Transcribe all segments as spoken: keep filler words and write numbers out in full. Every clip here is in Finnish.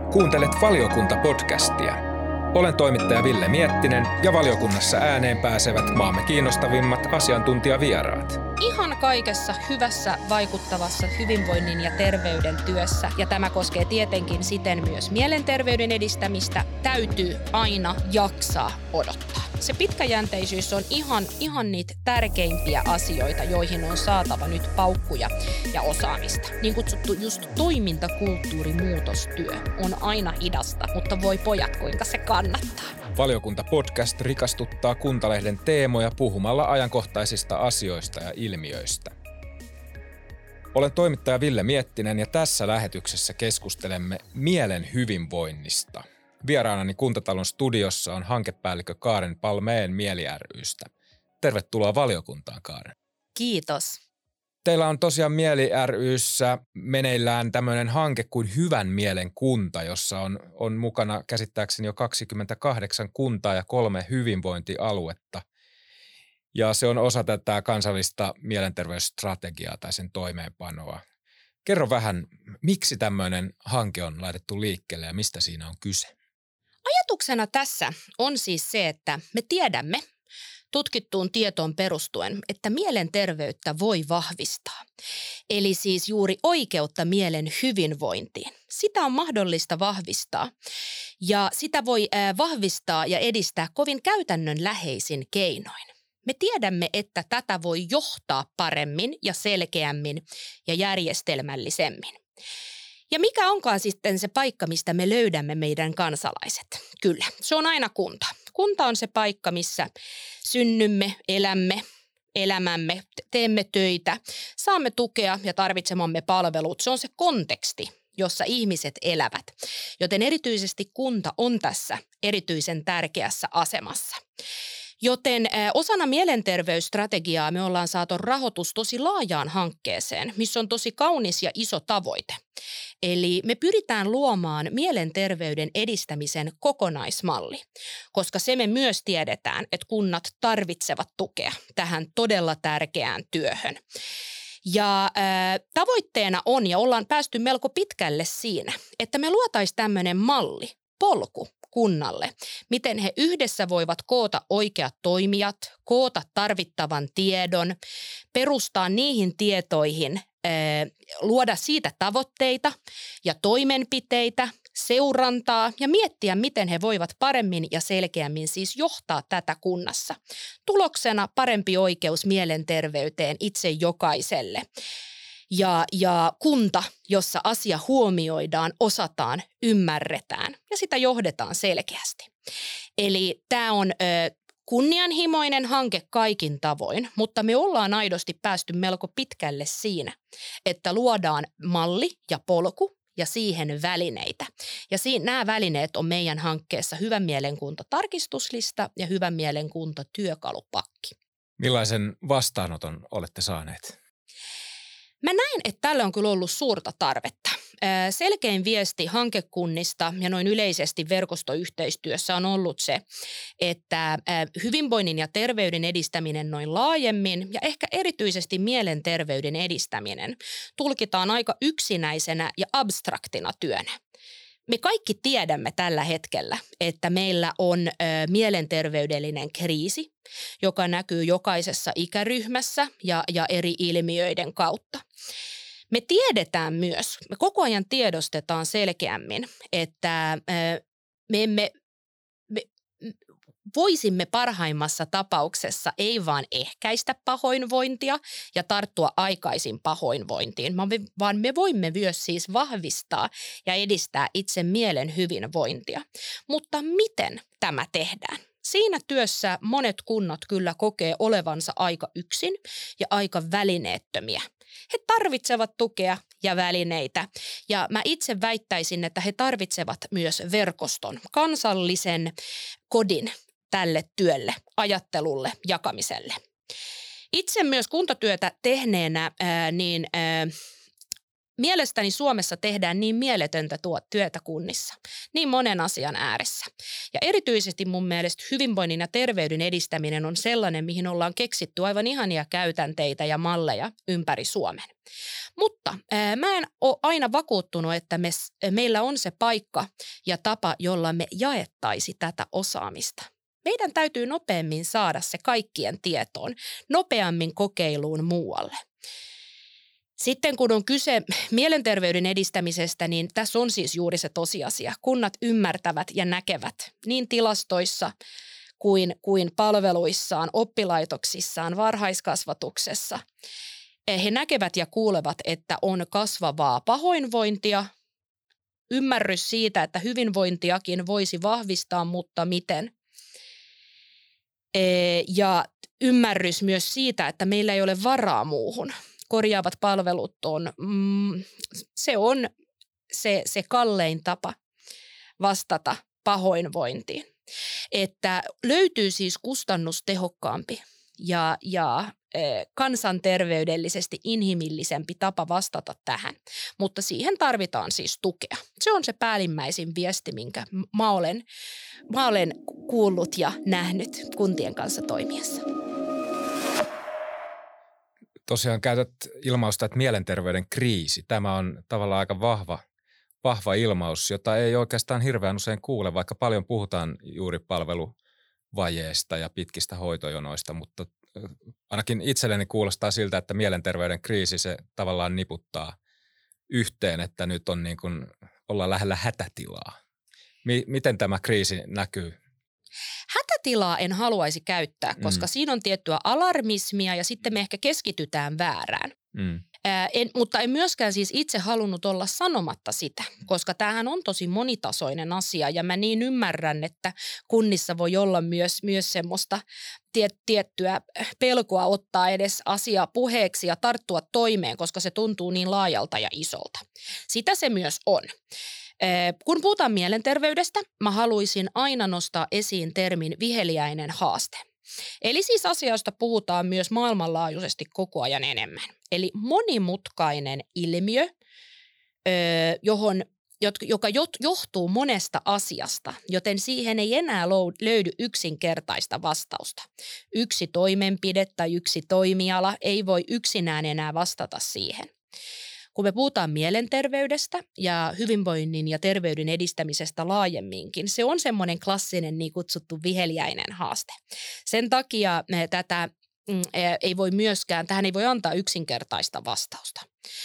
Kuuntelet Valiokunta-podcastia. Olen toimittaja Ville Miettinen ja valiokunnassa ääneen pääsevät maamme kiinnostavimmat asiantuntijavieraat. Ihan kaikessa hyvässä, vaikuttavassa hyvinvoinnin ja terveyden työssä, ja tämä koskee tietenkin siten myös mielenterveyden edistämistä, täytyy aina jaksaa odottaa. Se pitkäjänteisyys on ihan, ihan niitä tärkeimpiä asioita, joihin on saatava nyt paukkuja ja osaamista. Niin kutsuttu just toimintakulttuurimuutostyö on aina hidasta, mutta voi pojat, kuinka se kannattaa. Valiokunta-podcast rikastuttaa Kuntalehden teemoja puhumalla ajankohtaisista asioista ja ilmiöistä. Olen toimittaja Ville Miettinen ja tässä lähetyksessä keskustelemme mielen hyvinvoinnista. Vieraanani Kuntatalon studiossa on hankepäällikkö Kaaren Palmeen Mieli ry:stä. Tervetuloa valiokuntaan, Kaaren. Kiitos. Teillä on tosiaan Mieli ry:ssä meneillään tämmöinen hanke kuin Hyvän mielen kunta, jossa on, on mukana käsittääkseni jo kaksikymmentäkahdeksan kuntaa ja kolme hyvinvointialuetta. Ja se on osa tätä kansallista mielenterveysstrategiaa tai sen toimeenpanoa. Kerro vähän, miksi tämmöinen hanke on laitettu liikkeelle ja mistä siinä on kyse? Ajatuksena tässä on siis se, että me tiedämme tutkittuun tietoon perustuen, että mielenterveyttä voi vahvistaa. Eli siis juuri oikeutta mielen hyvinvointiin. Sitä on mahdollista vahvistaa ja sitä voi vahvistaa ja edistää kovin käytännönläheisin keinoin. Me tiedämme, että tätä voi johtaa paremmin ja selkeämmin ja järjestelmällisemmin. Ja mikä onkaan sitten se paikka, mistä me löydämme meidän kansalaiset? Kyllä, se on aina kunta. Kunta on se paikka, missä synnymme, elämme, elämämme, teemme töitä, saamme tukea ja tarvitsemamme palvelut. Se on se konteksti, jossa ihmiset elävät, joten erityisesti kunta on tässä erityisen tärkeässä asemassa. Joten osana mielenterveysstrategiaa me ollaan saatu rahoitus tosi laajaan hankkeeseen, missä on tosi kaunis ja iso tavoite. Eli me pyritään luomaan mielenterveyden edistämisen kokonaismalli, koska se me myös tiedetään, että kunnat tarvitsevat tukea tähän todella tärkeään työhön. Ja äh, tavoitteena on, ja ollaan päästy melko pitkälle siinä, että me luotaisiin tämmöinen malli, polku, kunnalle, miten he yhdessä voivat koota oikeat toimijat, koota tarvittavan tiedon, perustaa niihin tietoihin, luoda siitä tavoitteita ja toimenpiteitä, seurantaa ja miettiä, miten he voivat paremmin ja selkeämmin siis johtaa tätä kunnassa. Tuloksena parempi oikeus mielenterveyteen itse jokaiselle. Ja, ja kunta, jossa asia huomioidaan, osataan, ymmärretään ja sitä johdetaan selkeästi. Eli tämä on ö, kunnianhimoinen hanke kaikin tavoin, mutta me ollaan aidosti päästy melko pitkälle siinä, että luodaan malli ja polku ja siihen välineitä. Ja siinä, nämä välineet on meidän hankkeessa Hyvän mielen kunta -tarkistuslista ja Hyvän mielen kunta -työkalupakki. Millaisen vastaanoton olette saaneet? Mä näen, että tällä on kyllä ollut suurta tarvetta. Selkein viesti hankekunnista ja noin yleisesti verkostoyhteistyössä on ollut se, että hyvinvoinnin ja terveyden edistäminen noin laajemmin ja ehkä erityisesti mielenterveyden edistäminen tulkitaan aika yksinäisenä ja abstraktina työnä. Me kaikki tiedämme tällä hetkellä, että meillä on ö, mielenterveydellinen kriisi, joka näkyy jokaisessa ikäryhmässä ja, ja eri ilmiöiden kautta. Me tiedetään myös, me koko ajan tiedostetaan selkeämmin, että ö, me emme... Me, voisimme parhaimmassa tapauksessa ei vaan ehkäistä pahoinvointia ja tarttua aikaisin pahoinvointiin, vaan me voimme myös siis vahvistaa ja edistää itse mielen hyvinvointia. Mutta miten tämä tehdään? Siinä työssä monet kunnat kyllä kokee olevansa aika yksin ja aika välineettömiä. He tarvitsevat tukea ja välineitä ja mä itse väittäisin, että he tarvitsevat myös verkoston, kansallisen kodin tälle työlle, ajattelulle, jakamiselle. Itse myös kuntatyötä tehneenä, ää, niin ää, mielestäni Suomessa tehdään niin mieletöntä tuo työtä kunnissa, niin monen asian ääressä. Ja erityisesti mun mielestä hyvinvoinnin ja terveyden edistäminen on sellainen, mihin ollaan keksitty aivan ihania käytänteitä ja malleja ympäri Suomen. Mutta ää, mä en ole aina vakuuttunut, että me, meillä on se paikka ja tapa, jolla me jaettaisi tätä osaamista. Meidän täytyy nopeammin saada se kaikkien tietoon, nopeammin kokeiluun muualle. Sitten kun on kyse mielenterveyden edistämisestä, niin tässä on siis juuri se tosiasia. Kunnat ymmärtävät ja näkevät niin tilastoissa kuin, kuin palveluissaan, oppilaitoksissaan, varhaiskasvatuksessa. He näkevät ja kuulevat, että on kasvavaa pahoinvointia, ymmärrys siitä, että hyvinvointiakin voisi vahvistaa, mutta miten. Ja ymmärrys myös siitä, että meillä ei ole varaa muuhun. Korjaavat palvelut on, mm, se on se, se kallein tapa vastata pahoinvointiin. Että löytyy siis kustannustehokkaampi ja, ja e, kansanterveydellisesti inhimillisempi tapa vastata tähän, mutta siihen tarvitaan siis tukea. Se on se päällimmäisin viesti, minkä mä olen, mä olen kuullut ja nähnyt kuntien kanssa toimiessa. Tosiaan käytät ilmausta, että mielenterveyden kriisi. Tämä on tavallaan aika vahva, vahva ilmaus, jota ei oikeastaan hirveän usein kuule, vaikka paljon puhutaan juuri palveluvajeesta ja pitkistä hoitojonoista, mutta ainakin itselleni kuulostaa siltä, että mielenterveyden kriisi se tavallaan niputtaa yhteen, että nyt on niin kuin, ollaan lähellä hätätilaa. Mi- miten tämä kriisi näkyy? Hätätilaa en haluaisi käyttää, koska mm. siinä on tiettyä alarmismia ja sitten me ehkä keskitytään väärään. Mm. Ää, en, mutta en myöskään siis itse halunnut olla sanomatta sitä, koska tämähän on tosi monitasoinen asia ja mä niin ymmärrän, että kunnissa voi olla myös, myös semmoista tiet, tiettyä pelkoa ottaa edes asiaa puheeksi ja tarttua toimeen, koska se tuntuu niin laajalta ja isolta. Sitä se myös on. Kun puhutaan mielenterveydestä, mä haluaisin aina nostaa esiin termin viheliäinen haaste. Eli siis asioista puhutaan myös maailmanlaajuisesti koko ajan enemmän. Eli monimutkainen ilmiö, johon, joka johtuu monesta asiasta, joten siihen ei enää löydy yksinkertaista vastausta. Yksi toimenpide tai yksi toimiala ei voi yksinään enää vastata siihen. Kun me puhutaan mielenterveydestä ja hyvinvoinnin ja terveyden edistämisestä laajemminkin, se on semmoinen klassinen niin kutsuttu viheliäinen haaste. Sen takia tätä ei voi myöskään, tähän ei voi antaa yksinkertaista vastausta.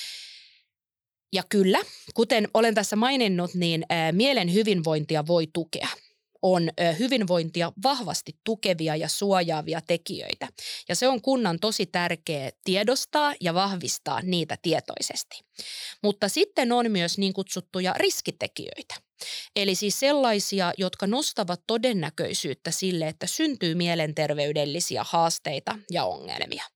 Ja kyllä, kuten olen tässä maininnut, niin mielen hyvinvointia voi tukea. On hyvinvointia vahvasti tukevia ja suojaavia tekijöitä. Ja se on kunnan tosi tärkeää tiedostaa ja vahvistaa niitä tietoisesti. Mutta sitten on myös niin kutsuttuja riskitekijöitä. Eli siis sellaisia, jotka nostavat todennäköisyyttä sille, että syntyy mielenterveydellisiä haasteita ja ongelmia.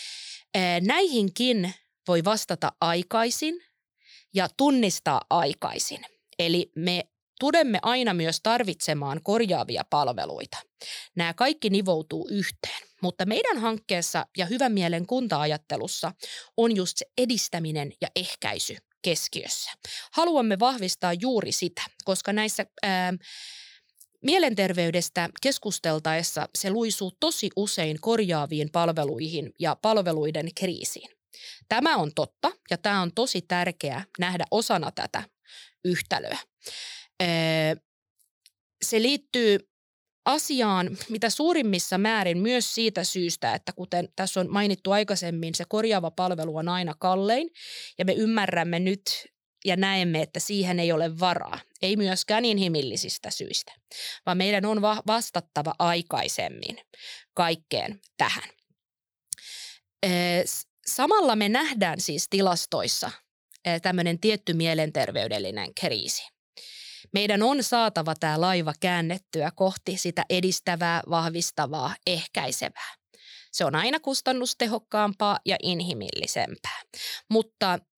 Näihinkin voi vastata aikaisin ja tunnistaa aikaisin. Eli me tulemme aina myös tarvitsemaan korjaavia palveluita. Nämä kaikki nivoutuu yhteen, mutta meidän hankkeessa ja hyvän mielen kunta-ajattelussa on just se edistäminen ja ehkäisy keskiössä. Haluamme vahvistaa juuri sitä, koska näissä ää, mielenterveydestä keskusteltaessa se luisuu tosi usein korjaaviin palveluihin ja palveluiden kriisiin. Tämä on totta ja tämä on tosi tärkeää nähdä osana tätä yhtälöä. Se liittyy asiaan mitä suurimmissa määrin myös siitä syystä, että kuten tässä on mainittu aikaisemmin, se korjaava palvelu on aina kallein ja me ymmärrämme nyt ja näemme, että siihen ei ole varaa. Ei myöskään inhimillisistä syistä, vaan meidän on vastattava aikaisemmin kaikkeen tähän. Samalla me nähdään siis tilastoissa tämmöinen tietty mielenterveydellinen kriisi. Meidän on saatava tämä laiva käännettyä kohti sitä edistävää, vahvistavaa, ehkäisevää. Se on aina kustannustehokkaampaa ja inhimillisempää. Mutta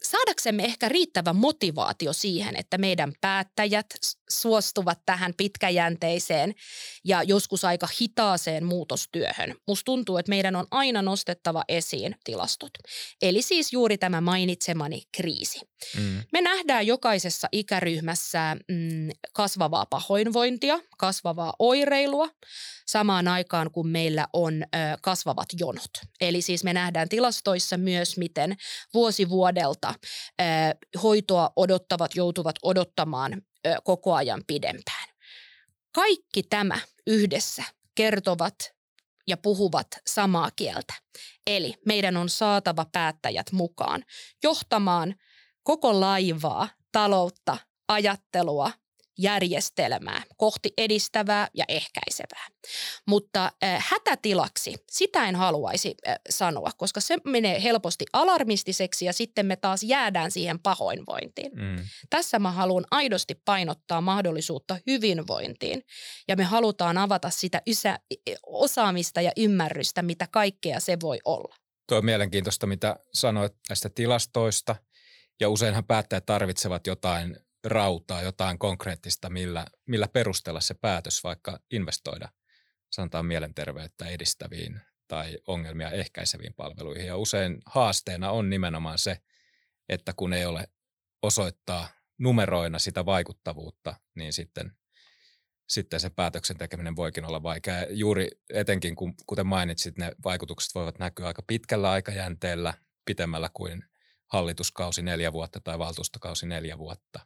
saadaksemme ehkä riittävä motivaatio siihen, että meidän päättäjät suostuvat tähän pitkäjänteiseen ja joskus aika hitaaseen muutostyöhön. Musta tuntuu, että meidän on aina nostettava esiin tilastot. Eli siis juuri tämä mainitsemani kriisi. Mm. Me nähdään jokaisessa ikäryhmässä mm, kasvavaa pahoinvointia, kasvavaa oireilua, samaan aikaan kun meillä on ö, kasvavat jonot. Eli siis me nähdään tilastoissa myös, miten vuosi vuodelta ö, hoitoa odottavat joutuvat odottamaan ö, koko ajan pidempään. Kaikki tämä yhdessä kertovat ja puhuvat samaa kieltä. Eli meidän on saatava päättäjät mukaan johtamaan koko laivaa, taloutta, ajattelua, järjestelmää kohti edistävää ja ehkäisevää. Mutta äh, hätätilaksi sitä en haluaisi äh, sanoa, koska se menee helposti alarmistiseksi ja sitten me taas jäädään siihen pahoinvointiin. Mm. Tässä mä haluan aidosti painottaa mahdollisuutta hyvinvointiin ja me halutaan avata sitä ysä, osaamista ja ymmärrystä, mitä kaikkea se voi olla. Tuo on mielenkiintoista, mitä sanoit näistä tilastoista ja useinhan päättäjät tarvitsevat jotain rautaa, jotain konkreettista, millä, millä perustella se päätös vaikka investoida, sanotaan mielenterveyttä edistäviin tai ongelmia ehkäiseviin palveluihin. Ja usein haasteena on nimenomaan se, että kun ei ole osoittaa numeroina sitä vaikuttavuutta, niin sitten, sitten se päätöksen tekeminen voikin olla vaikea. Juuri etenkin, kun, kuten mainitsit, ne vaikutukset voivat näkyä aika pitkällä aikajänteellä, pitemmällä kuin hallituskausi neljä vuotta tai valtuustokausi neljä vuotta.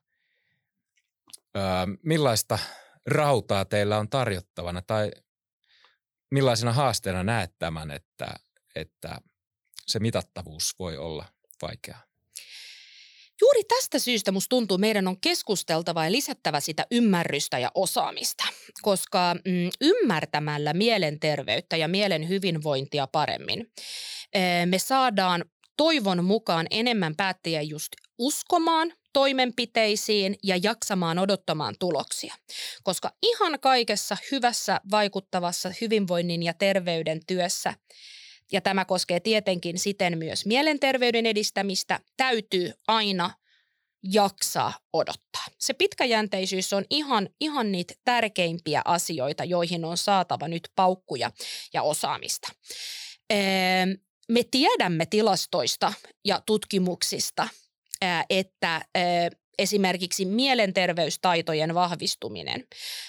Öö, millaista rautaa teillä on tarjottavana tai millaisena haasteena näet tämän, että, että se mitattavuus voi olla vaikeaa? Juuri tästä syystä musta tuntuu, meidän on keskusteltava ja lisättävä sitä ymmärrystä ja osaamista, koska mm, ymmärtämällä mielenterveyttä ja mielen hyvinvointia paremmin me saadaan toivon mukaan enemmän päättäjiä just uskomaan toimenpiteisiin ja jaksamaan odottamaan tuloksia. Koska ihan kaikessa hyvässä vaikuttavassa hyvinvoinnin ja terveyden työssä, ja tämä koskee tietenkin siten myös mielenterveyden edistämistä, täytyy aina jaksaa odottaa. Se pitkäjänteisyys on ihan, ihan niitä tärkeimpiä asioita, joihin on saatava nyt paukkuja ja osaamista. Ee, Me tiedämme tilastoista ja tutkimuksista, että esimerkiksi mielenterveystaitojen vahvistuminen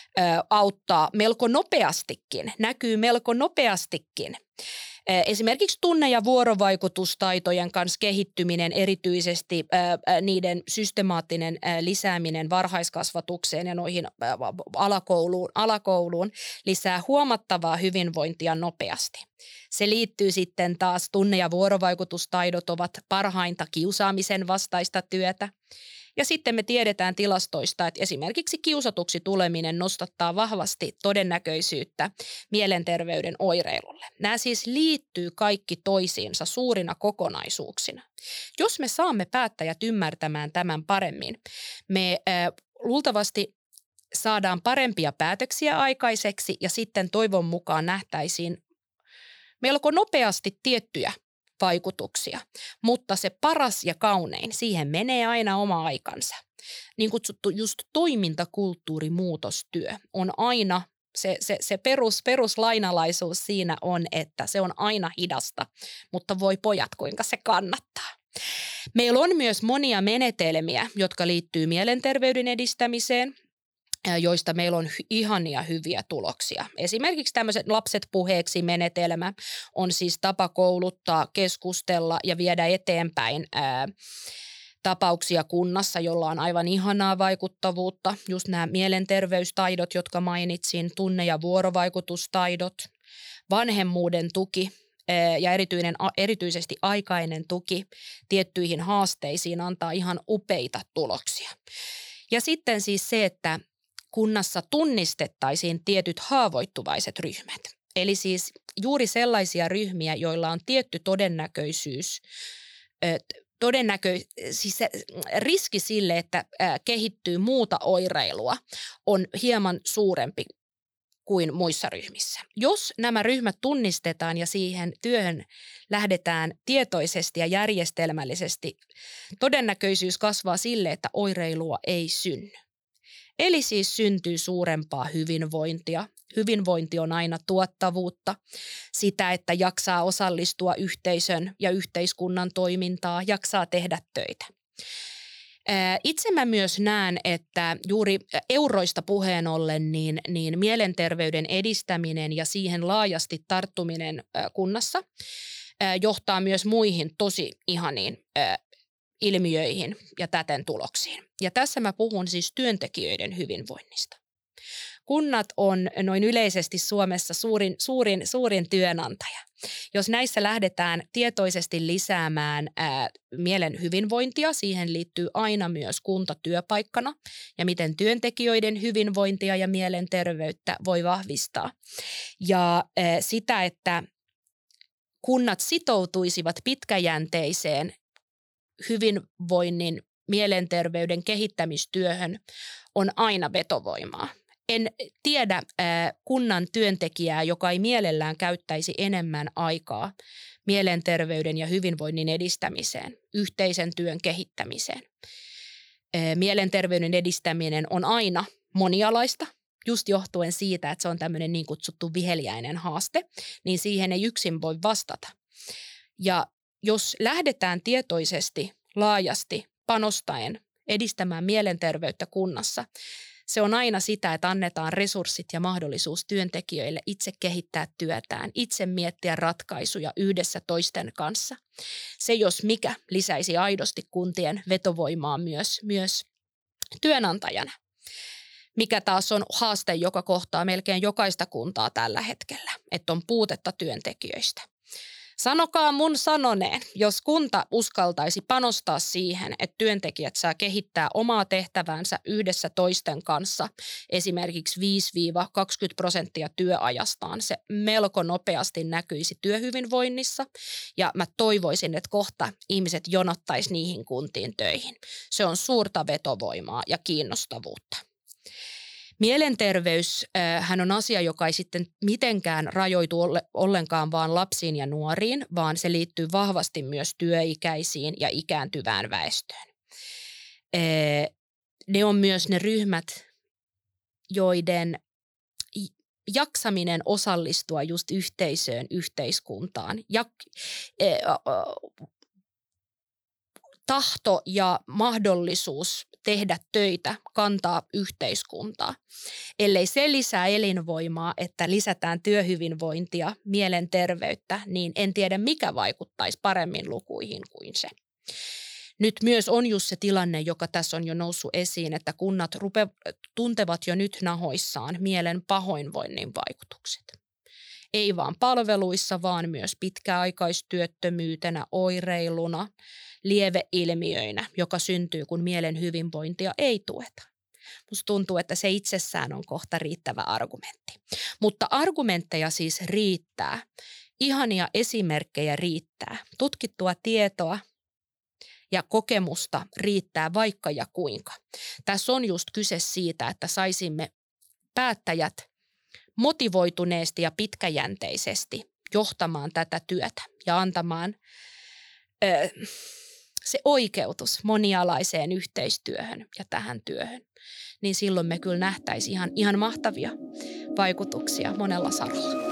auttaa melko nopeastikin, näkyy melko nopeastikin. Esimerkiksi tunne- ja vuorovaikutustaitojen kanssa kehittyminen, erityisesti niiden systemaattinen lisääminen varhaiskasvatukseen ja noihin alakouluun, alakouluun lisää huomattavaa hyvinvointia nopeasti. Se liittyy sitten taas tunne- ja vuorovaikutustaidot ovat parhainta kiusaamisen vastaista työtä. Ja sitten me tiedetään tilastoista, että esimerkiksi kiusatuksi tuleminen nostattaa vahvasti todennäköisyyttä mielenterveyden oireilulle. Nämä siis liittyy kaikki toisiinsa suurina kokonaisuuksina. Jos me saamme päättäjät ymmärtämään tämän paremmin, me äh, luultavasti saadaan parempia päätöksiä aikaiseksi ja sitten toivon mukaan nähtäisiin melko nopeasti tiettyjä vaikutuksia, mutta se paras ja kaunein, siihen menee aina oma aikansa. Niin kutsuttu just toimintakulttuurimuutostyö on aina, se, se, se perus, peruslainalaisuus siinä on, että se on aina hidasta, mutta voi pojat, kuinka se kannattaa. Meillä on myös monia menetelmiä, jotka liittyy mielenterveyden edistämiseen, joista meillä on ihania hyviä tuloksia. Esimerkiksi tämmöiset lapset puheeksi -menetelmä on siis tapa kouluttaa, keskustella ja viedä eteenpäin ää, tapauksia kunnassa, jolla on aivan ihanaa vaikuttavuutta. Just nämä mielenterveystaidot, jotka mainitsin, tunne- ja vuorovaikutustaidot, vanhemmuuden tuki ää, ja erityinen, erityisesti aikainen tuki tiettyihin haasteisiin antaa ihan upeita tuloksia. Ja sitten siis se, että kunnassa tunnistettaisiin tietyt haavoittuvaiset ryhmät. Eli siis juuri sellaisia ryhmiä, joilla on tietty todennäköisyys, todennäkö, siis riski sille, että kehittyy muuta oireilua, on hieman suurempi kuin muissa ryhmissä. Jos nämä ryhmät tunnistetaan ja siihen työhön lähdetään tietoisesti ja järjestelmällisesti, todennäköisyys kasvaa sille, että oireilua ei synny. Eli siis syntyy suurempaa hyvinvointia. Hyvinvointi on aina tuottavuutta, sitä, että jaksaa osallistua yhteisön ja yhteiskunnan toimintaa, jaksaa tehdä töitä. Itse mä myös näen, että juuri euroista puheen ollen niin, niin mielenterveyden edistäminen ja siihen laajasti tarttuminen kunnassa johtaa myös muihin tosi ihaniin ilmiöihin ja täten tuloksiin. Ja tässä mä puhun siis työntekijöiden hyvinvoinnista. Kunnat on noin yleisesti Suomessa suurin, suurin, suurin työnantaja. Jos näissä lähdetään tietoisesti lisäämään ää, mielen hyvinvointia, siihen liittyy aina myös kunta työpaikkana ja miten työntekijöiden hyvinvointia ja mielenterveyttä voi vahvistaa. Ja ää, sitä, että kunnat sitoutuisivat pitkäjänteiseen hyvinvoinnin mielenterveyden kehittämistyöhön on aina vetovoimaa. En tiedä äh, kunnan työntekijää, joka ei mielellään käyttäisi enemmän aikaa mielenterveyden ja hyvinvoinnin edistämiseen, yhteisen työn kehittämiseen. Äh, mielenterveyden edistäminen on aina monialaista, just johtuen siitä, että se on tämmöinen niin kutsuttu viheliäinen haaste, niin siihen ei yksin voi vastata. Ja jos lähdetään tietoisesti, laajasti, panostaen edistämään mielenterveyttä kunnassa, se on aina sitä, että annetaan resurssit ja mahdollisuus työntekijöille itse kehittää työtään, itse miettiä ratkaisuja yhdessä toisten kanssa. Se jos mikä lisäisi aidosti kuntien vetovoimaa myös, myös työnantajana, mikä taas on haaste, joka kohtaa melkein jokaista kuntaa tällä hetkellä, että on puutetta työntekijöistä. Sanokaa mun sanoneen, jos kunta uskaltaisi panostaa siihen, että työntekijät saa kehittää omaa tehtävänsä yhdessä toisten kanssa, esimerkiksi viisi kaksikymmentä prosenttia työajastaan, se melko nopeasti näkyisi työhyvinvoinnissa ja mä toivoisin, että kohta ihmiset jonottaisi niihin kuntiin töihin. Se on suurta vetovoimaa ja kiinnostavuutta. Mielenterveys äh, hän on asia, joka ei sitten mitenkään rajoitu ollenkaan vaan lapsiin ja nuoriin, vaan se liittyy vahvasti myös työikäisiin ja ikääntyvään väestöön. Äh, ne on myös ne ryhmät, joiden jaksaminen osallistua just yhteisöön, yhteiskuntaan, ja, äh, tahto ja mahdollisuus tehdä töitä, kantaa yhteiskuntaa. Ellei se lisää elinvoimaa, että lisätään työhyvinvointia, mielenterveyttä, niin en tiedä mikä vaikuttaisi paremmin lukuihin kuin se. Nyt myös on just se tilanne, joka tässä on jo noussut esiin, että kunnat rupe, tuntevat jo nyt nahoissaan mielen pahoinvoinnin vaikutukset. Ei vaan palveluissa, vaan myös pitkäaikaistyöttömyytenä, oireiluna, lieveilmiöinä, joka syntyy, kun mielen hyvinvointia ei tueta. Musta tuntuu, että se itsessään on kohta riittävä argumentti. Mutta argumentteja siis riittää. Ihania esimerkkejä riittää. Tutkittua tietoa ja kokemusta riittää vaikka ja kuinka. Tässä on just kyse siitä, että saisimme päättäjät motivoituneesti ja pitkäjänteisesti johtamaan tätä työtä ja antamaan ö, se oikeutus monialaiseen yhteistyöhön ja tähän työhön, niin silloin me kyllä nähtäisiin ihan, ihan mahtavia vaikutuksia monella saralla.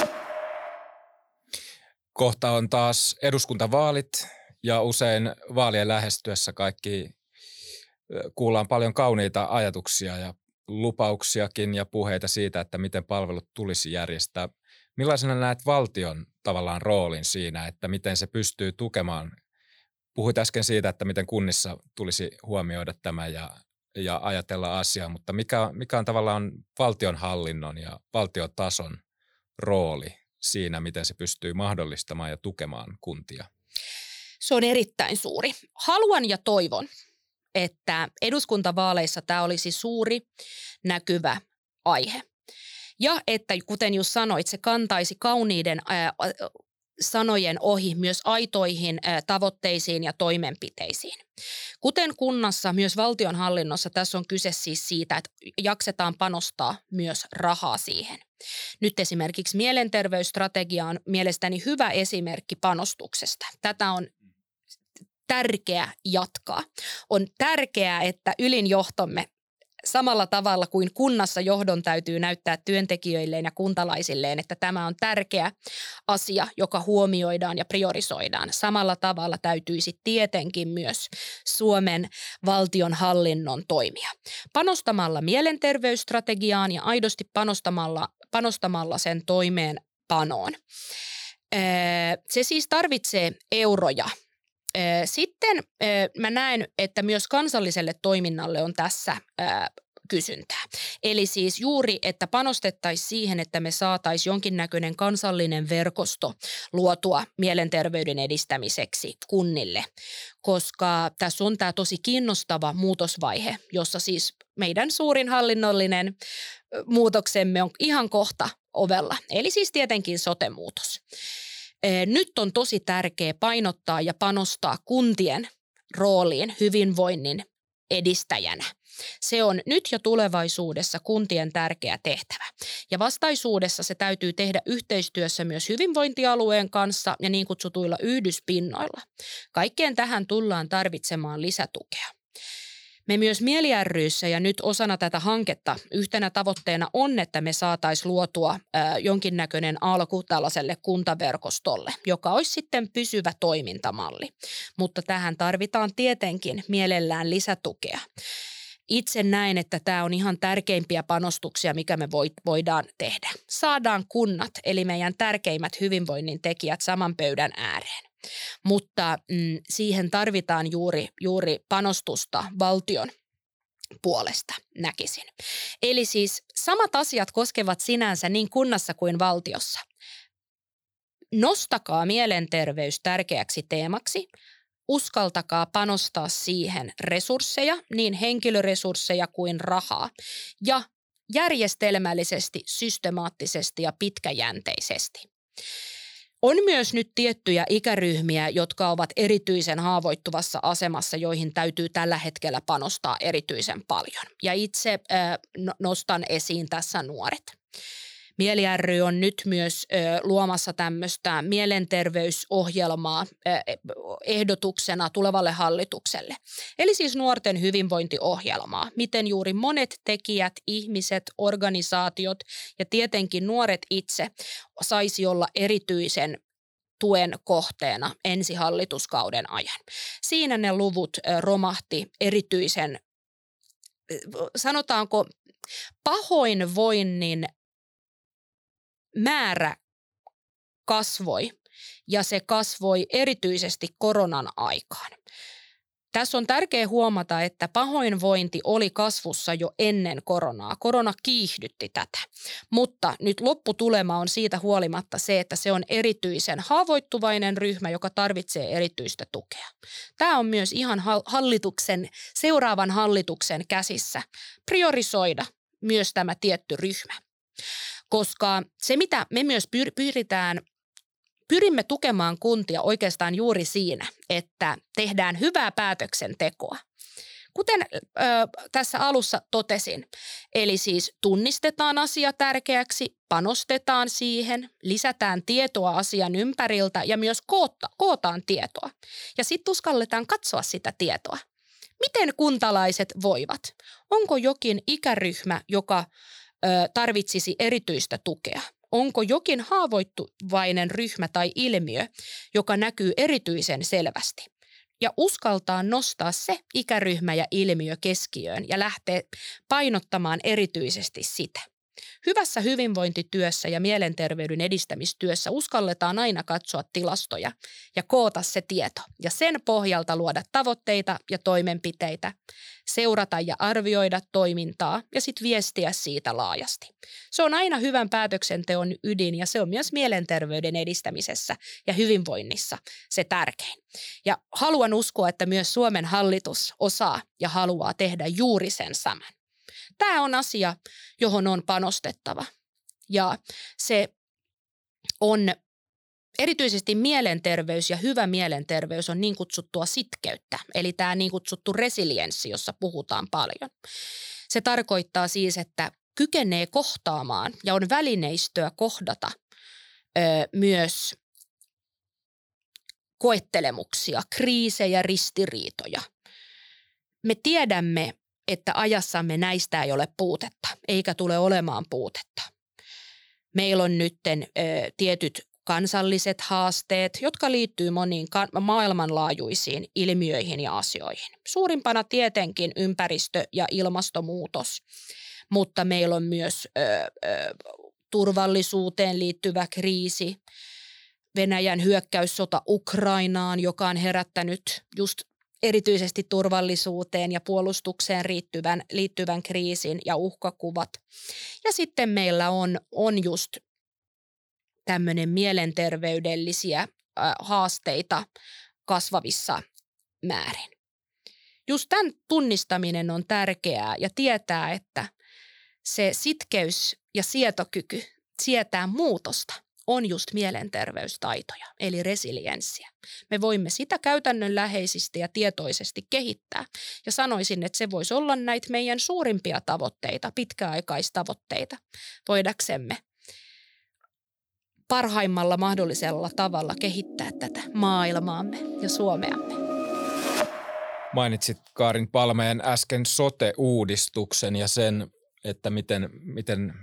Kohta on taas eduskuntavaalit ja usein vaalien lähestyessä kaikki kuullaan paljon kauniita ajatuksia ja lupauksiakin ja puheita siitä, että miten palvelut tulisi järjestää. Millaisena näet valtion tavallaan roolin siinä, että miten se pystyy tukemaan? Puhuit äsken siitä, että miten kunnissa tulisi huomioida tämä ja, ja ajatella asiaa, mutta mikä, mikä on tavallaan valtionhallinnon ja valtiotason rooli siinä, miten se pystyy mahdollistamaan ja tukemaan kuntia? Se on erittäin suuri. Haluan ja toivon, että eduskuntavaaleissa tämä olisi suuri näkyvä aihe. Ja että kuten just sanoit, se kantaisi kauniiden ää, sanojen ohi myös aitoihin tavoitteisiin ja toimenpiteisiin. Kuten kunnassa, myös valtionhallinnossa tässä on kyse siis siitä, että jaksetaan panostaa myös rahaa siihen. Nyt esimerkiksi mielenterveysstrategia on mielestäni hyvä esimerkki panostuksesta. Tätä on tärkeää jatkaa. On tärkeää, että ylin johtomme samalla tavalla kuin kunnassa johdon täytyy näyttää työntekijöilleen ja kuntalaisilleen, että tämä on tärkeä asia, joka huomioidaan ja priorisoidaan. Samalla tavalla täytyisi tietenkin myös Suomen valtionhallinnon toimia. Panostamalla mielenterveysstrategiaan ja aidosti panostamalla, panostamalla sen toimeenpanoon. Se siis tarvitsee euroja. Sitten mä näen, että myös kansalliselle toiminnalle on tässä kysyntää. Eli siis juuri, että panostettaisiin siihen, että me saataisiin jonkinnäköinen kansallinen verkosto luotua mielenterveyden edistämiseksi kunnille, koska tässä on tämä tosi kiinnostava muutosvaihe, jossa siis meidän suurin hallinnollinen muutoksemme on ihan kohta ovella, eli siis tietenkin sote-muutos. Nyt on tosi tärkeää painottaa ja panostaa kuntien rooliin hyvinvoinnin edistäjänä. Se on nyt ja tulevaisuudessa kuntien tärkeä tehtävä. Ja vastaisuudessa se täytyy tehdä yhteistyössä myös hyvinvointialueen kanssa ja niin kutsutuilla yhdyspinnoilla. Kaikkeen tähän tullaan tarvitsemaan lisätukea. Me myös Mieli ry:ssä ja nyt osana tätä hanketta yhtenä tavoitteena on, että me saataisiin luotua ää, jonkinnäköinen alku tällaiselle kuntaverkostolle, joka olisi sitten pysyvä toimintamalli. Mutta tähän tarvitaan tietenkin mielellään lisätukea. Itse näen, että tämä on ihan tärkeimpiä panostuksia, mikä me voidaan tehdä. Saadaan kunnat, eli meidän tärkeimmät hyvinvoinnin tekijät saman pöydän ääreen. Mutta mm, siihen tarvitaan juuri, juuri panostusta valtion puolesta, näkisin. Eli siis samat asiat koskevat sinänsä niin kunnassa kuin valtiossa. Nostakaa mielenterveys tärkeäksi teemaksi. Uskaltakaa panostaa siihen resursseja, niin henkilöresursseja kuin rahaa, ja järjestelmällisesti, systemaattisesti ja pitkäjänteisesti. On myös nyt tiettyjä ikäryhmiä, jotka ovat erityisen haavoittuvassa asemassa, joihin täytyy tällä hetkellä panostaa erityisen paljon. Ja itse äh, nostan esiin tässä nuoret. Mieli ry on nyt myös ö, luomassa tämmöistä mielenterveysohjelmaa ö, ehdotuksena tulevalle hallitukselle. Eli siis nuorten hyvinvointiohjelmaa, miten juuri monet tekijät, ihmiset, organisaatiot ja tietenkin nuoret itse saisi olla erityisen tuen kohteena ensi hallituskauden ajan. Siinä ne luvut ö, romahti erityisen, sanotaanko, pahoinvoinnin määrä kasvoi ja se kasvoi erityisesti koronan aikaan. Tässä on tärkeää huomata, että pahoinvointi oli kasvussa jo ennen koronaa. Korona kiihdytti tätä, mutta nyt lopputulema on siitä huolimatta se, että se on erityisen haavoittuvainen ryhmä, joka tarvitsee erityistä tukea. Tämä on myös ihan hallituksen, seuraavan hallituksen käsissä priorisoida myös tämä tietty ryhmä. Koska se, mitä me myös pyritään, pyrimme tukemaan kuntia oikeastaan juuri siinä, että tehdään hyvää päätöksentekoa. Kuten ö, tässä alussa totesin, eli siis tunnistetaan asia tärkeäksi, panostetaan siihen, lisätään tietoa asian ympäriltä ja myös koota, kootaan tietoa. Ja sitten uskalletaan katsoa sitä tietoa. Miten kuntalaiset voivat? Onko jokin ikäryhmä, joka tarvitsisi erityistä tukea? Onko jokin haavoittuvainen ryhmä tai ilmiö, joka näkyy erityisen selvästi? Ja uskaltaa nostaa se ikäryhmä ja ilmiö keskiöön ja lähteä painottamaan erityisesti sitä. Hyvässä hyvinvointityössä ja mielenterveyden edistämistyössä uskalletaan aina katsoa tilastoja ja koota se tieto ja sen pohjalta luoda tavoitteita ja toimenpiteitä, seurata ja arvioida toimintaa ja sitten viestiä siitä laajasti. Se on aina hyvän päätöksenteon ydin ja se on myös mielenterveyden edistämisessä ja hyvinvoinnissa se tärkein. Ja haluan uskoa, että myös Suomen hallitus osaa ja haluaa tehdä juuri sen saman. Tämä on asia, johon on panostettava ja se on erityisesti mielenterveys ja hyvä mielenterveys on niin kutsuttua sitkeyttä, eli tämä niin kutsuttu resilienssi, jossa puhutaan paljon. Se tarkoittaa siis, että kykenee kohtaamaan ja on välineistöä kohdata ö, myös koettelemuksia, kriisejä, ristiriitoja. Me tiedämme, että ajassamme näistä ei ole puutetta, eikä tule olemaan puutetta. Meillä on nytten ö, tietyt kansalliset haasteet, jotka liittyy moniin maailmanlaajuisiin ilmiöihin ja asioihin. Suurimpana tietenkin ympäristö- ja ilmastonmuutos, mutta meillä on myös ö, ö, turvallisuuteen liittyvä kriisi, Venäjän hyökkäyssota Ukrainaan, joka on herättänyt just erityisesti turvallisuuteen ja puolustukseen liittyvän, liittyvän kriisin ja uhkakuvat. Ja sitten meillä on, on just tämmöinen mielenterveydellisiä äh, haasteita kasvavissa määrin. Just tämän tunnistaminen on tärkeää ja tietää, että se sitkeys ja sietokyky sietää muutosta on just mielenterveystaitoja, eli resilienssiä. Me voimme sitä käytännönläheisesti ja tietoisesti kehittää. Ja sanoisin, että se voisi olla näitä meidän suurimpia tavoitteita, pitkäaikaistavoitteita, voidaksemme parhaimmalla mahdollisella tavalla kehittää tätä maailmaamme ja Suomeamme. Mainitsit Kaarin Palmeen äsken sote-uudistuksen ja sen, että miten, miten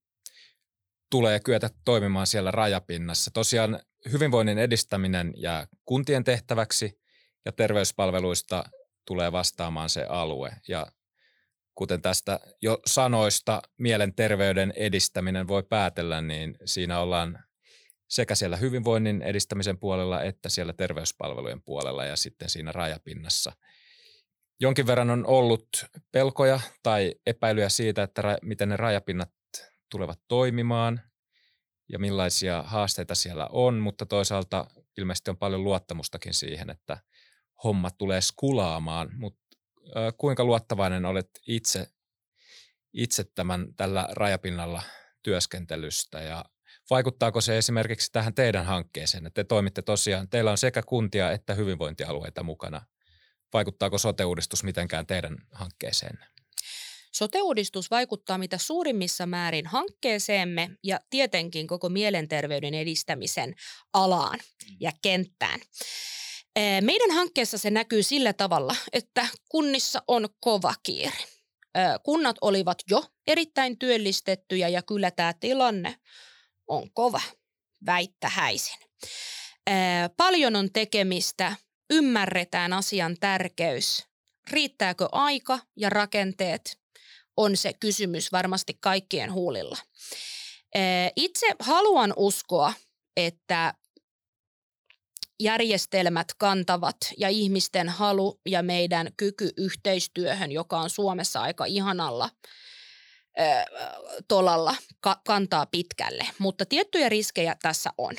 tulee kyetä toimimaan siellä rajapinnassa. Tosiaan hyvinvoinnin edistäminen jää kuntien tehtäväksi ja terveyspalveluista tulee vastaamaan se alue. Ja kuten tästä jo sanoista mielenterveyden edistäminen voi päätellä, niin siinä ollaan sekä siellä hyvinvoinnin edistämisen puolella että siellä terveyspalvelujen puolella ja sitten siinä rajapinnassa. Jonkin verran on ollut pelkoja tai epäilyjä siitä, että ra- miten ne rajapinnat tulevat toimimaan ja millaisia haasteita siellä on, mutta toisaalta ilmeisesti on paljon luottamustakin siihen, että homma tulee skulaamaan. Mutta äh, kuinka luottavainen olet itse, itse tämän tällä rajapinnalla työskentelystä ja vaikuttaako se esimerkiksi tähän teidän hankkeeseen, että te toimitte tosiaan, teillä on sekä kuntia että hyvinvointialueita mukana. Vaikuttaako sote-uudistus mitenkään teidän hankkeeseenne? Sote-uudistus vaikuttaa mitä suurimmissa määrin hankkeeseemme ja tietenkin koko mielenterveyden edistämisen alaan ja kenttään. Meidän hankkeessa se näkyy sillä tavalla, että kunnissa on kova kiire. Kunnat olivat jo erittäin työllistettyjä ja kyllä tämä tilanne on kova, väittähäisin. Paljon on tekemistä, ymmärretään asian tärkeys. Riittääkö aika ja rakenteet on se kysymys varmasti kaikkien huulilla. Itse haluan uskoa, että järjestelmät kantavat ja ihmisten halu ja meidän kyky yhteistyöhön, joka on Suomessa aika ihanalla tolalla, kantaa pitkälle. Mutta tiettyjä riskejä tässä on.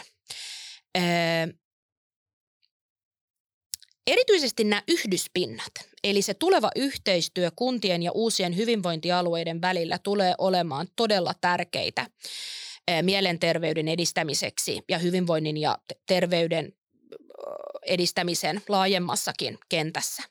Erityisesti nämä yhdyspinnat, eli se tuleva yhteistyö kuntien ja uusien hyvinvointialueiden välillä tulee olemaan todella tärkeitä mielenterveyden edistämiseksi ja hyvinvoinnin ja terveyden edistämisen laajemmassakin kentässä.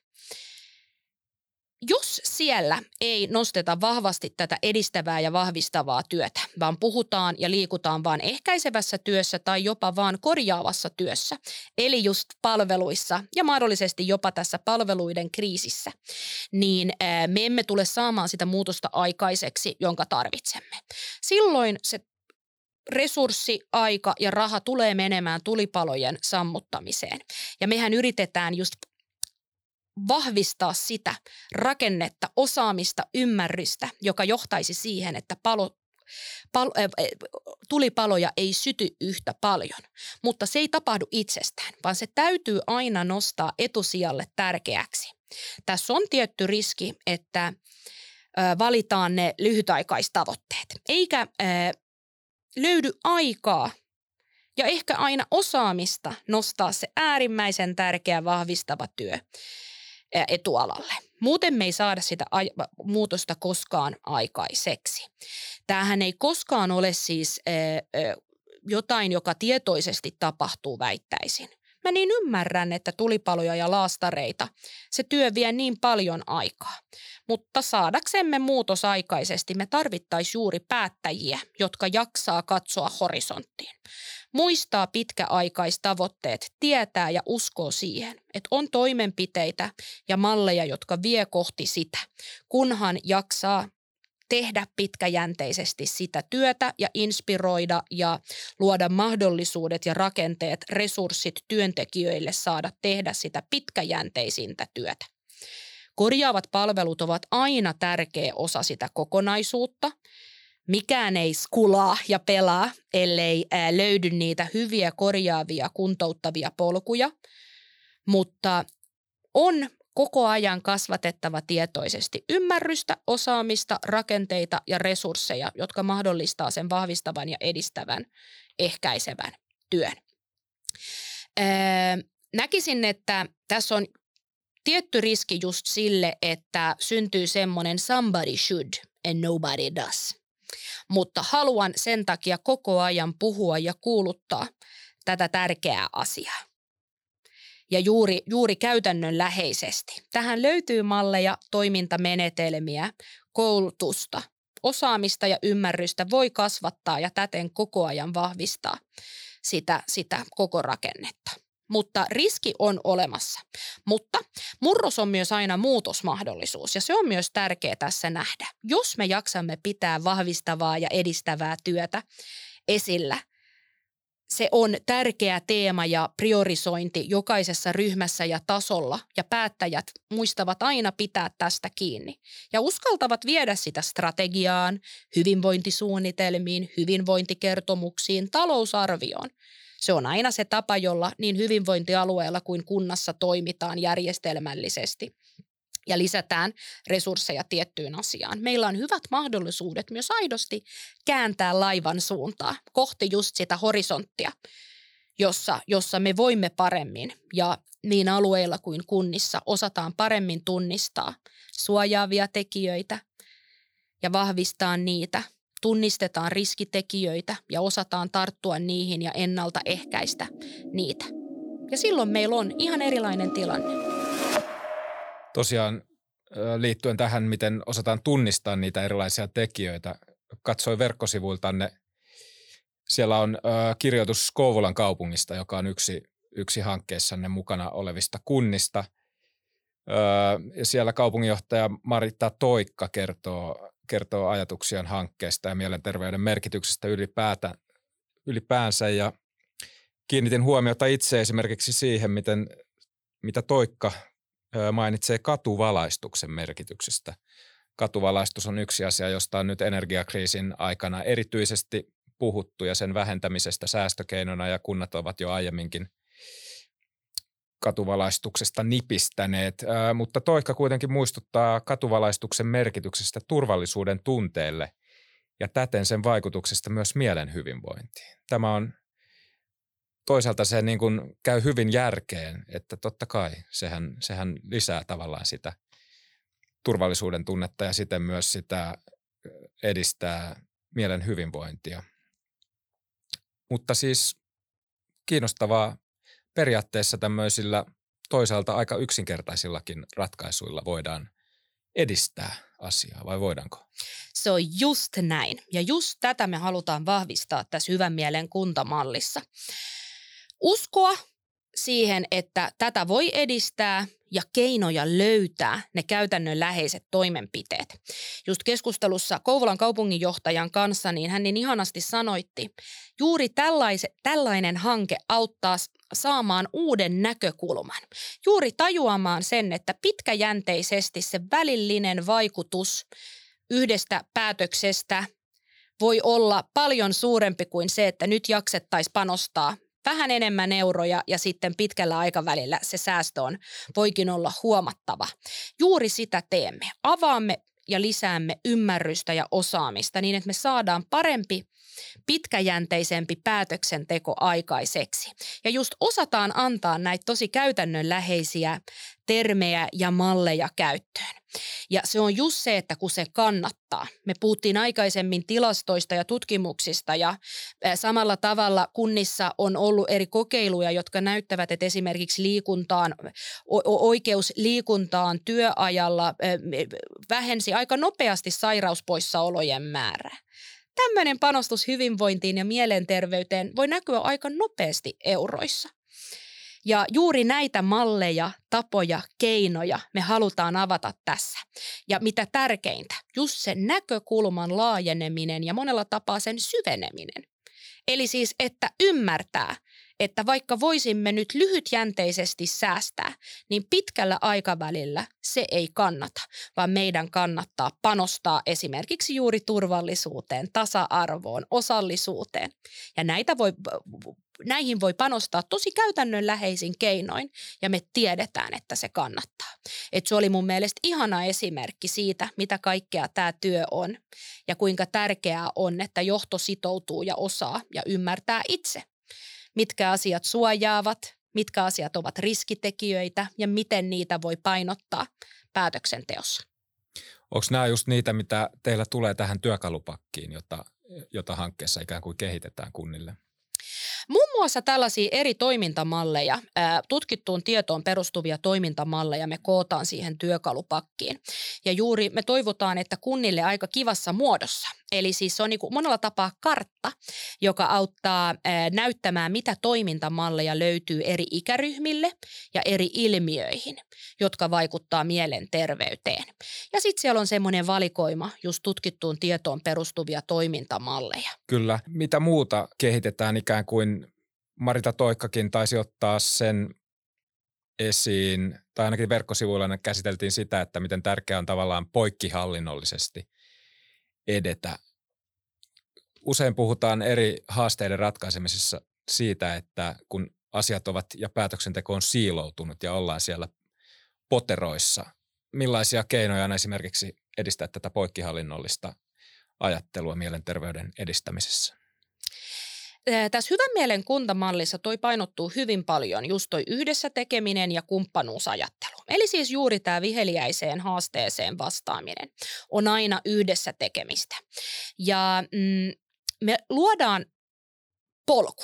Jos siellä ei nosteta vahvasti tätä edistävää ja vahvistavaa työtä, vaan puhutaan ja liikutaan vaan ehkäisevässä työssä tai jopa vaan korjaavassa työssä, eli just palveluissa ja mahdollisesti jopa tässä palveluiden kriisissä, niin me emme tule saamaan sitä muutosta aikaiseksi, jonka tarvitsemme. Silloin se resurssi, aika ja raha tulee menemään tulipalojen sammuttamiseen. Ja mehän yritetään just vahvistaa sitä rakennetta, osaamista, ymmärrystä, joka johtaisi siihen, että palo, palo, äh, tulipaloja ei syty yhtä paljon. Mutta se ei tapahdu itsestään, vaan se täytyy aina nostaa etusijalle tärkeäksi. Tässä on tietty riski, että äh, valitaan ne lyhytaikaistavoitteet, eikä äh, löydy aikaa ja ehkä aina osaamista nostaa se äärimmäisen tärkeä vahvistava työ etualalle. Muuten me ei saada sitä muutosta koskaan aikaiseksi. Tämähän ei koskaan ole siis jotain, joka tietoisesti tapahtuu, väittäisin. Mä niin ymmärrän, että tulipaloja ja laastareita, se työ vie niin paljon aikaa. Mutta saadaksemme muutos aikaisesti me tarvittaisiin juuri päättäjiä, jotka jaksaa katsoa horisonttiin. Muistaa pitkäaikaistavoitteet, tietää ja uskoo siihen, että on toimenpiteitä ja malleja, jotka vie kohti sitä, kunhan jaksaa tehdä pitkäjänteisesti sitä työtä ja inspiroida ja luoda mahdollisuudet ja rakenteet, resurssit työntekijöille saada tehdä sitä pitkäjänteisintä työtä. Korjaavat palvelut ovat aina tärkeä osa sitä kokonaisuutta. Mikään ei skulaa ja pelaa, ellei löydy niitä hyviä korjaavia, kuntouttavia polkuja, mutta on koko ajan kasvatettava tietoisesti ymmärrystä, osaamista, rakenteita ja resursseja, jotka mahdollistaa sen vahvistavan ja edistävän, ehkäisevän työn. Öö, näkisin, että tässä on tietty riski just sille, että syntyy semmoinen somebody should and nobody does. Mutta haluan sen takia koko ajan puhua ja kuuluttaa tätä tärkeää asiaa. Ja juuri, juuri käytännönläheisesti. Tähän löytyy malleja, toimintamenetelmiä, koulutusta, osaamista ja ymmärrystä voi kasvattaa ja täten koko ajan vahvistaa sitä, sitä koko rakennetta. Mutta riski on olemassa. Mutta murros on myös aina muutosmahdollisuus ja se on myös tärkeää tässä nähdä. Jos me jaksamme pitää vahvistavaa ja edistävää työtä esillä, se on tärkeä teema ja priorisointi jokaisessa ryhmässä ja tasolla ja päättäjät muistavat aina pitää tästä kiinni ja uskaltavat viedä sitä strategiaan, hyvinvointisuunnitelmiin, hyvinvointikertomuksiin, talousarvioon. Se on aina se tapa, jolla niin hyvinvointialueella kuin kunnassa toimitaan järjestelmällisesti ja lisätään resursseja tiettyyn asiaan. Meillä on hyvät mahdollisuudet myös aidosti kääntää laivan suuntaa kohti just sitä horisonttia, jossa, jossa me voimme paremmin ja niin alueilla kuin kunnissa osataan paremmin tunnistaa suojaavia tekijöitä ja vahvistaa niitä. Tunnistetaan riskitekijöitä ja osataan tarttua niihin ja ennaltaehkäistä niitä. Ja silloin meillä on ihan erilainen tilanne. Tosiaan liittyen tähän, miten osataan tunnistaa niitä erilaisia tekijöitä, katsoin verkkosivuiltanne. Siellä on kirjoitus Kouvolan kaupungista, joka on yksi, yksi hankkeessanne mukana olevista kunnista. Ja siellä kaupunginjohtaja Marita Toikka kertoo, kertoo ajatuksiaan hankkeesta ja mielenterveyden merkityksestä ylipäätä, ylipäänsä. Ja kiinnitin huomiota itse esimerkiksi siihen, miten, mitä Toikka mainitsee katuvalaistuksen merkityksestä. Katuvalaistus on yksi asia, josta on nyt energiakriisin aikana erityisesti puhuttu ja sen vähentämisestä säästökeinona ja kunnat ovat jo aiemminkin katuvalaistuksesta nipistäneet, Ää, mutta Toikka kuitenkin muistuttaa katuvalaistuksen merkityksestä turvallisuuden tunteelle ja täten sen vaikutuksesta myös mielen hyvinvointiin. Tämä on toisaalta se niin kuin käy hyvin järkeen, että totta kai sehän, sehän lisää tavallaan sitä turvallisuuden tunnetta ja siten myös sitä edistää mielen hyvinvointia. Mutta siis kiinnostavaa periaatteessa tämmöisillä toisaalta aika yksinkertaisillakin ratkaisuilla voidaan edistää asiaa, vai voidaanko? Se on just näin. Ja just tätä me halutaan vahvistaa tässä hyvän mielen kuntamallissa. Uskoa siihen, että tätä voi edistää ja keinoja löytää ne käytännönläheiset toimenpiteet. Just keskustelussa Kouvolan kaupunginjohtajan kanssa, niin hän niin ihanasti sanoitti, juuri tällaise, tällainen hanke auttaa saamaan uuden näkökulman. Juuri tajuamaan sen, että pitkäjänteisesti se välillinen vaikutus yhdestä päätöksestä voi olla paljon suurempi kuin se, että nyt jaksettaisiin panostaa vähän enemmän euroja ja sitten pitkällä aikavälillä se säästö on, voikin olla huomattava. Juuri sitä teemme. Avaamme ja lisäämme ymmärrystä ja osaamista niin, että me saadaan parempi pitkäjänteisempi päätöksenteko aikaiseksi. Ja just osataan antaa näitä tosi käytännönläheisiä termejä ja malleja käyttöön. Ja se on just se, että kun se kannattaa. Me puhuttiin aikaisemmin tilastoista ja tutkimuksista ja samalla tavalla kunnissa on ollut eri kokeiluja, jotka näyttävät, että esimerkiksi liikuntaan, oikeus liikuntaan työajalla vähensi aika nopeasti sairauspoissaolojen määrää. Tämmöinen panostus hyvinvointiin ja mielenterveyteen voi näkyä aika nopeasti euroissa. Ja juuri näitä malleja, tapoja, keinoja me halutaan avata tässä. Ja mitä tärkeintä, just se näkökulman laajeneminen ja monella tapaa sen syveneminen. Eli siis, että ymmärtää, että vaikka voisimme nyt lyhytjänteisesti säästää, niin pitkällä aikavälillä se ei kannata, vaan meidän kannattaa panostaa esimerkiksi juuri turvallisuuteen, tasa-arvoon, osallisuuteen. Ja näitä voi, näihin voi panostaa tosi käytännönläheisin keinoin ja me tiedetään, että se kannattaa. Et se oli mun mielestä ihana esimerkki siitä, mitä kaikkea tämä työ on ja kuinka tärkeää on, että johto sitoutuu ja osaa ja ymmärtää itse. Mitkä asiat suojaavat, mitkä asiat ovat riskitekijöitä ja miten niitä voi painottaa päätöksenteossa. Onko nämä just niitä, mitä teillä tulee tähän työkalupakkiin, jota, jota hankkeessa ikään kuin kehitetään kunnille? Muun muassa tällaisia eri toimintamalleja, tutkittuun tietoon perustuvia toimintamalleja me kootaan siihen työkalupakkiin. Ja juuri me toivotaan, että kunnille aika kivassa muodossa. Eli siis se on niin kuin monella tapaa kartta, joka auttaa näyttämään, mitä toimintamalleja löytyy eri ikäryhmille ja eri ilmiöihin, jotka vaikuttaa mielenterveyteen. Ja sitten siellä on semmoinen valikoima just tutkittuun tietoon perustuvia toimintamalleja. Kyllä. Mitä muuta kehitetään ikään kuin Marita Toikkakin taisi ottaa sen esiin, tai ainakin verkkosivuilla käsiteltiin sitä, että miten tärkeää on tavallaan poikkihallinnollisesti edetä. Usein puhutaan eri haasteiden ratkaisemisessa siitä, että kun asiat ovat ja päätöksenteko on siiloutunut ja ollaan siellä poteroissa, millaisia keinoja on esimerkiksi edistää tätä poikkihallinnollista ajattelua mielenterveyden edistämisessä? Tässä hyvän mielen kuntamallissa toi painottuu hyvin paljon just toi yhdessä tekeminen ja kumppanuusajattelu. Eli siis juuri tämä viheliäiseen haasteeseen vastaaminen on aina yhdessä tekemistä. Ja mm, me luodaan polku.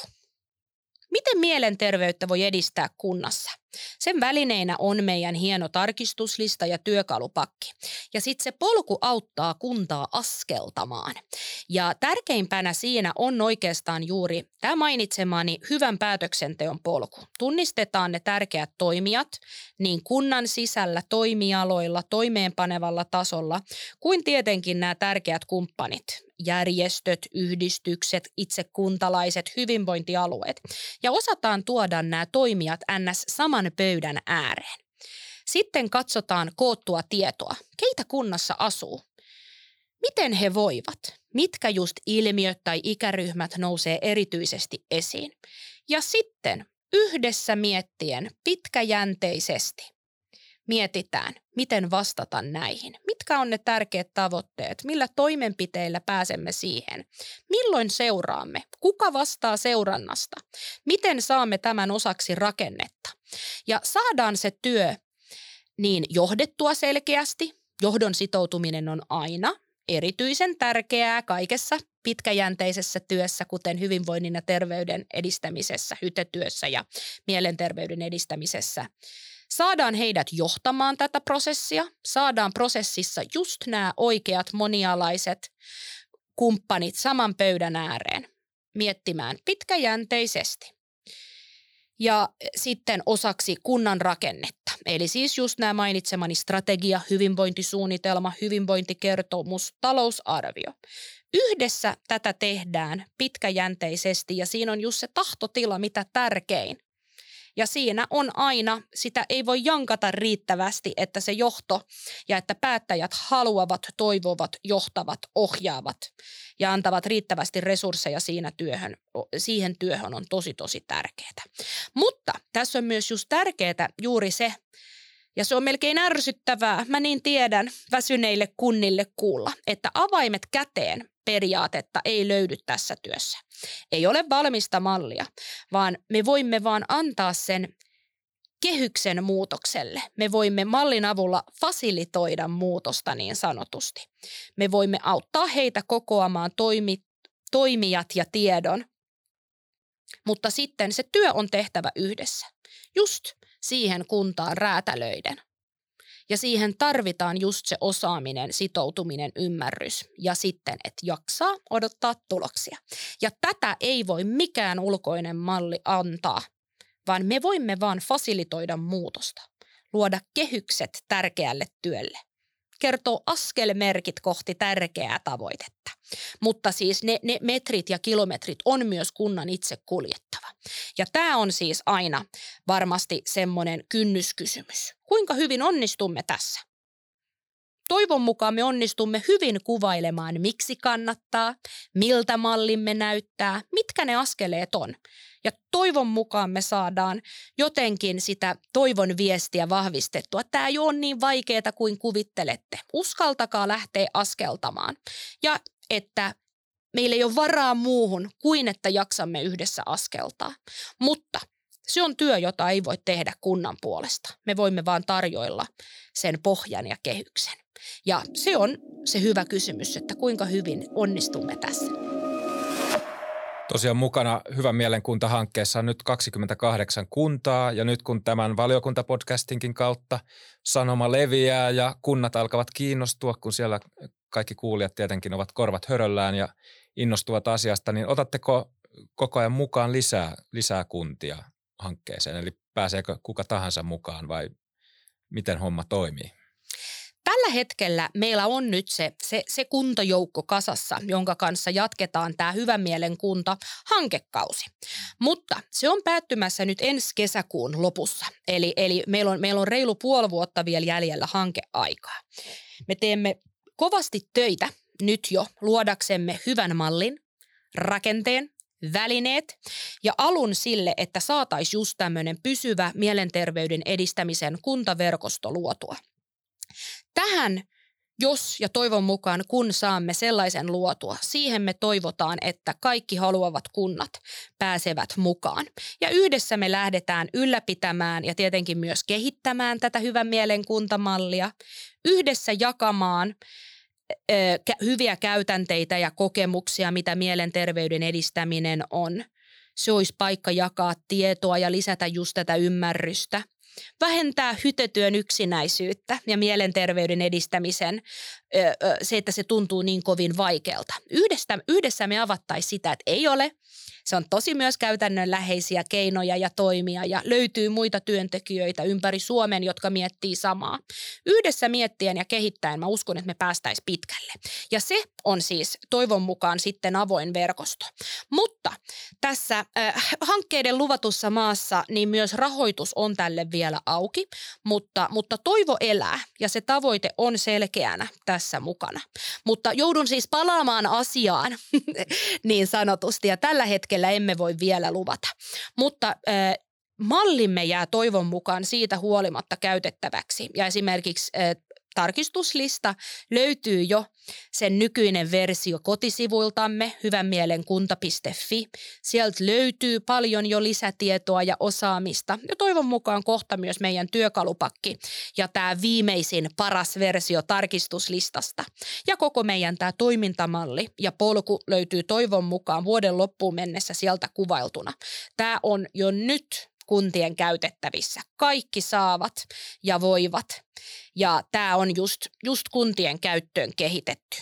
Miten mielenterveyttä voi edistää kunnassa? Sen välineinä on meidän hieno tarkistuslista ja työkalupakki. Ja sitten se polku auttaa kuntaa askeltamaan. Ja tärkeimpänä siinä on oikeastaan juuri tämä mainitsemani hyvän päätöksenteon polku. Tunnistetaan ne tärkeät toimijat niin kunnan sisällä, toimialoilla, toimeenpanevalla tasolla, kuin tietenkin nämä tärkeät kumppanit. Järjestöt, yhdistykset, itse kuntalaiset, hyvinvointialueet. Ja osataan tuoda nämä toimijat ns. Saman pöydän ääreen. Sitten katsotaan koottua tietoa. Keitä kunnassa asuu? Miten he voivat? Mitkä just ilmiöt tai ikäryhmät nousee erityisesti esiin? Ja sitten yhdessä miettien pitkäjänteisesti mietitään, miten vastata näihin. Mitkä on ne tärkeät tavoitteet? Millä toimenpiteillä pääsemme siihen? Milloin seuraamme? Kuka vastaa seurannasta? Miten saamme tämän osaksi rakennetta? Ja saadaan se työ niin johdettua selkeästi. Johdon sitoutuminen on aina erityisen tärkeää kaikessa pitkäjänteisessä työssä, kuten hyvinvoinnin ja terveyden edistämisessä, hytetyössä ja mielenterveyden edistämisessä. Saadaan heidät johtamaan tätä prosessia, saadaan prosessissa just nämä oikeat monialaiset kumppanit saman pöydän ääreen miettimään pitkäjänteisesti. Ja sitten osaksi kunnan rakennetta, eli siis just nämä mainitsemani strategia, hyvinvointisuunnitelma, hyvinvointikertomus, talousarvio. Yhdessä tätä tehdään pitkäjänteisesti ja siinä on just se tahtotila, mitä tärkein. Ja siinä on aina, sitä ei voi jankata riittävästi, että se johto ja että päättäjät haluavat, toivovat, johtavat, ohjaavat ja antavat riittävästi resursseja siinä työhön, siihen työhön on tosi tosi tärkeää. Mutta tässä on myös just tärkeää juuri se, Ja se on melkein ärsyttävää, mä niin tiedän, väsyneille kunnille kuulla, että avaimet käteen periaatetta ei löydy tässä työssä. Ei ole valmista mallia, vaan me voimme vaan antaa sen kehyksen muutokselle. Me voimme mallin avulla fasilitoida muutosta niin sanotusti. Me voimme auttaa heitä kokoamaan toimi, toimijat ja tiedon, mutta sitten se työ on tehtävä yhdessä. Just siihen kuntaan räätälöiden. Ja siihen tarvitaan just se osaaminen, sitoutuminen, ymmärrys ja sitten, että jaksaa odottaa tuloksia. Ja tätä ei voi mikään ulkoinen malli antaa, vaan me voimme vaan fasilitoida muutosta, luoda kehykset tärkeälle työlle, kertoo askelmerkit kohti tärkeää tavoitetta. Mutta siis ne, ne metrit ja kilometrit on myös kunnan itse kuljettava. Ja tämä on siis aina varmasti semmoinen kynnyskysymys. Kuinka hyvin onnistumme tässä? Toivon mukaan me onnistumme hyvin kuvailemaan, miksi kannattaa, miltä mallimme näyttää, mitkä ne askeleet on. Ja toivon mukaan me saadaan jotenkin sitä toivon viestiä vahvistettua. Tämä ei ole niin vaikeaa kuin kuvittelette. Uskaltakaa lähteä askeltamaan. Ja että meillä ei ole varaa muuhun kuin että jaksamme yhdessä askeltaa. Mutta se on työ, jota ei voi tehdä kunnan puolesta. Me voimme vaan tarjoilla sen pohjan ja kehyksen. Ja se on se hyvä kysymys, että kuinka hyvin onnistumme tässä. Tosiaan mukana Hyvä mielenkunta-hankkeessa on nyt kaksikymmentäkahdeksan kuntaa ja nyt kun tämän valiokuntapodcastinkin kautta sanoma leviää ja kunnat alkavat kiinnostua, kun siellä kaikki kuulijat tietenkin ovat korvat höröllään ja innostuvat asiasta, niin otatteko koko ajan mukaan lisää, lisää kuntia hankkeeseen? Eli pääseekö kuka tahansa mukaan vai miten homma toimii? Tällä hetkellä meillä on nyt se, se, se kuntajoukko kasassa, jonka kanssa jatketaan tämä Hyvän mielen kunta hankekausi. Mutta se on päättymässä nyt ensi kesäkuun lopussa. Eli, eli meillä, on, meillä on reilu puoli vuotta vielä jäljellä hankeaikaa. Me teemme kovasti töitä nyt jo luodaksemme hyvän mallin, rakenteen, välineet ja alun sille, että saataisiin just tämmöinen pysyvä mielenterveyden edistämisen kuntaverkosto luotua. Tähän, jos ja toivon mukaan kun saamme sellaisen luotua, siihen me toivotaan, että kaikki haluavat kunnat pääsevät mukaan. Ja yhdessä me lähdetään ylläpitämään ja tietenkin myös kehittämään tätä Hyvän mielen kuntamallia, yhdessä jakamaan ö, hyviä käytänteitä ja kokemuksia, mitä mielenterveyden edistäminen on. Se olisi paikka jakaa tietoa ja lisätä just tätä ymmärrystä. Vähentää hytetyön yksinäisyyttä ja mielenterveyden edistämisen, se, että se tuntuu niin kovin vaikealta. Yhdessä, yhdessä me avattaisiin sitä, että ei ole. Se on tosi myös käytännönläheisiä keinoja ja toimia ja löytyy muita työntekijöitä ympäri Suomen, jotka miettii samaa. Yhdessä miettien ja kehittäen mä uskon, että me päästäisiin pitkälle. Ja se on siis toivon mukaan sitten avoin verkosto. Mutta tässä äh, hankkeiden luvatussa maassa niin myös rahoitus on tälle vielä auki, mutta, mutta toivo elää ja se tavoite on selkeänä tässä mukana. Mutta joudun siis palaamaan asiaan niin sanotusti ja tällä hetkellä emme voi vielä luvata, mutta äh, mallimme jää toivon mukaan siitä huolimatta käytettäväksi ja esimerkiksi äh, tarkistuslista löytyy jo sen nykyinen versio kotisivuiltamme hyvänmielenkunta piste fi. Sieltä löytyy paljon jo lisätietoa ja osaamista ja toivon mukaan kohta myös meidän työkalupakki ja tämä viimeisin paras versio tarkistuslistasta. Ja koko meidän tämä toimintamalli ja polku löytyy toivon mukaan vuoden loppuun mennessä sieltä kuvailtuna. Tämä on jo nyt kuntien käytettävissä. Kaikki saavat ja voivat. Ja tämä on just, just kuntien käyttöön kehitetty.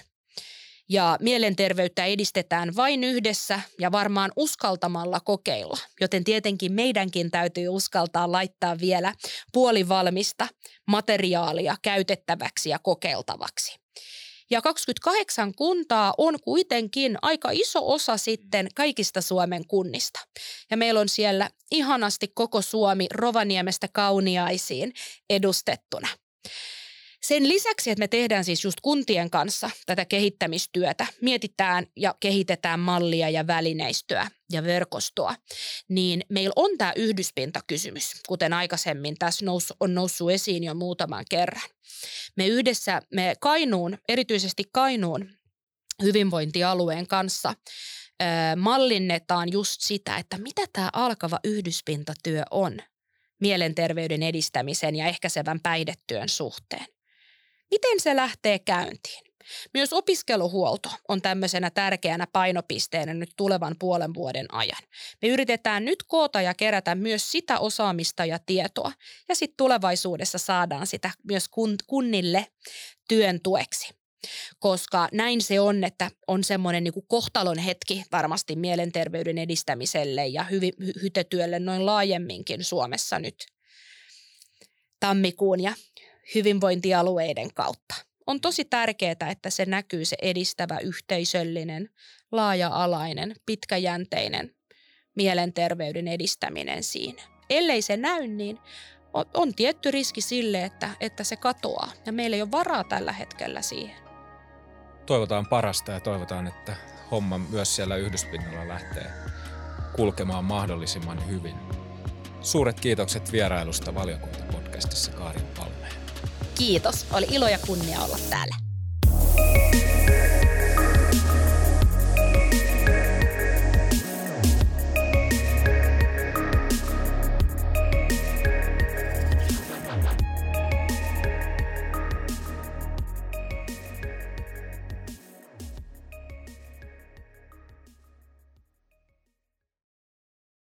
Ja mielenterveyttä edistetään vain yhdessä ja varmaan uskaltamalla kokeilla. Joten tietenkin meidänkin täytyy uskaltaa laittaa vielä puolivalmista materiaalia käytettäväksi ja kokeiltavaksi. Ja kaksikymmentäkahdeksan kuntaa on kuitenkin aika iso osa sitten kaikista Suomen kunnista. Ja meillä on siellä ihanasti koko Suomi Rovaniemestä Kauniaisiin edustettuna. Sen lisäksi, että me tehdään siis just kuntien kanssa tätä kehittämistyötä, mietitään ja kehitetään mallia ja välineistöä ja verkostoa, niin meillä on tämä yhdyspintakysymys, kuten aikaisemmin tässä nous, on noussut esiin jo muutaman kerran. Me yhdessä, me Kainuun, erityisesti Kainuun hyvinvointialueen kanssa ö, mallinnetaan just sitä, että mitä tämä alkava yhdyspintatyö on mielenterveyden edistämisen ja ehkäisevän päihdetyön suhteen. Miten se lähtee käyntiin? Myös opiskeluhuolto on tämmöisenä tärkeänä painopisteenä nyt tulevan puolen vuoden ajan. Me yritetään nyt koota ja kerätä myös sitä osaamista ja tietoa, ja sitten tulevaisuudessa saadaan sitä myös kunnille työn tueksi. Koska näin se on, että on semmoinen niin kuin kohtalon hetki varmasti mielenterveyden edistämiselle ja hyvi- hytetyölle noin laajemminkin Suomessa nyt tammikuun ja hyvinvointialueiden kautta. On tosi tärkeää, että se näkyy se edistävä, yhteisöllinen, laaja-alainen, pitkäjänteinen mielenterveyden edistäminen siinä. Ellei se näy, niin on, on tietty riski sille, että, että se katoaa ja meillä ei ole varaa tällä hetkellä siihen. Toivotaan parasta ja toivotaan, että homma myös siellä yhdyspinnalla lähtee kulkemaan mahdollisimman hyvin. Suuret kiitokset vierailusta Valiokunta-podcastissa, Kaarin Palmeen. Kiitos. Oli ilo ja kunnia olla täällä.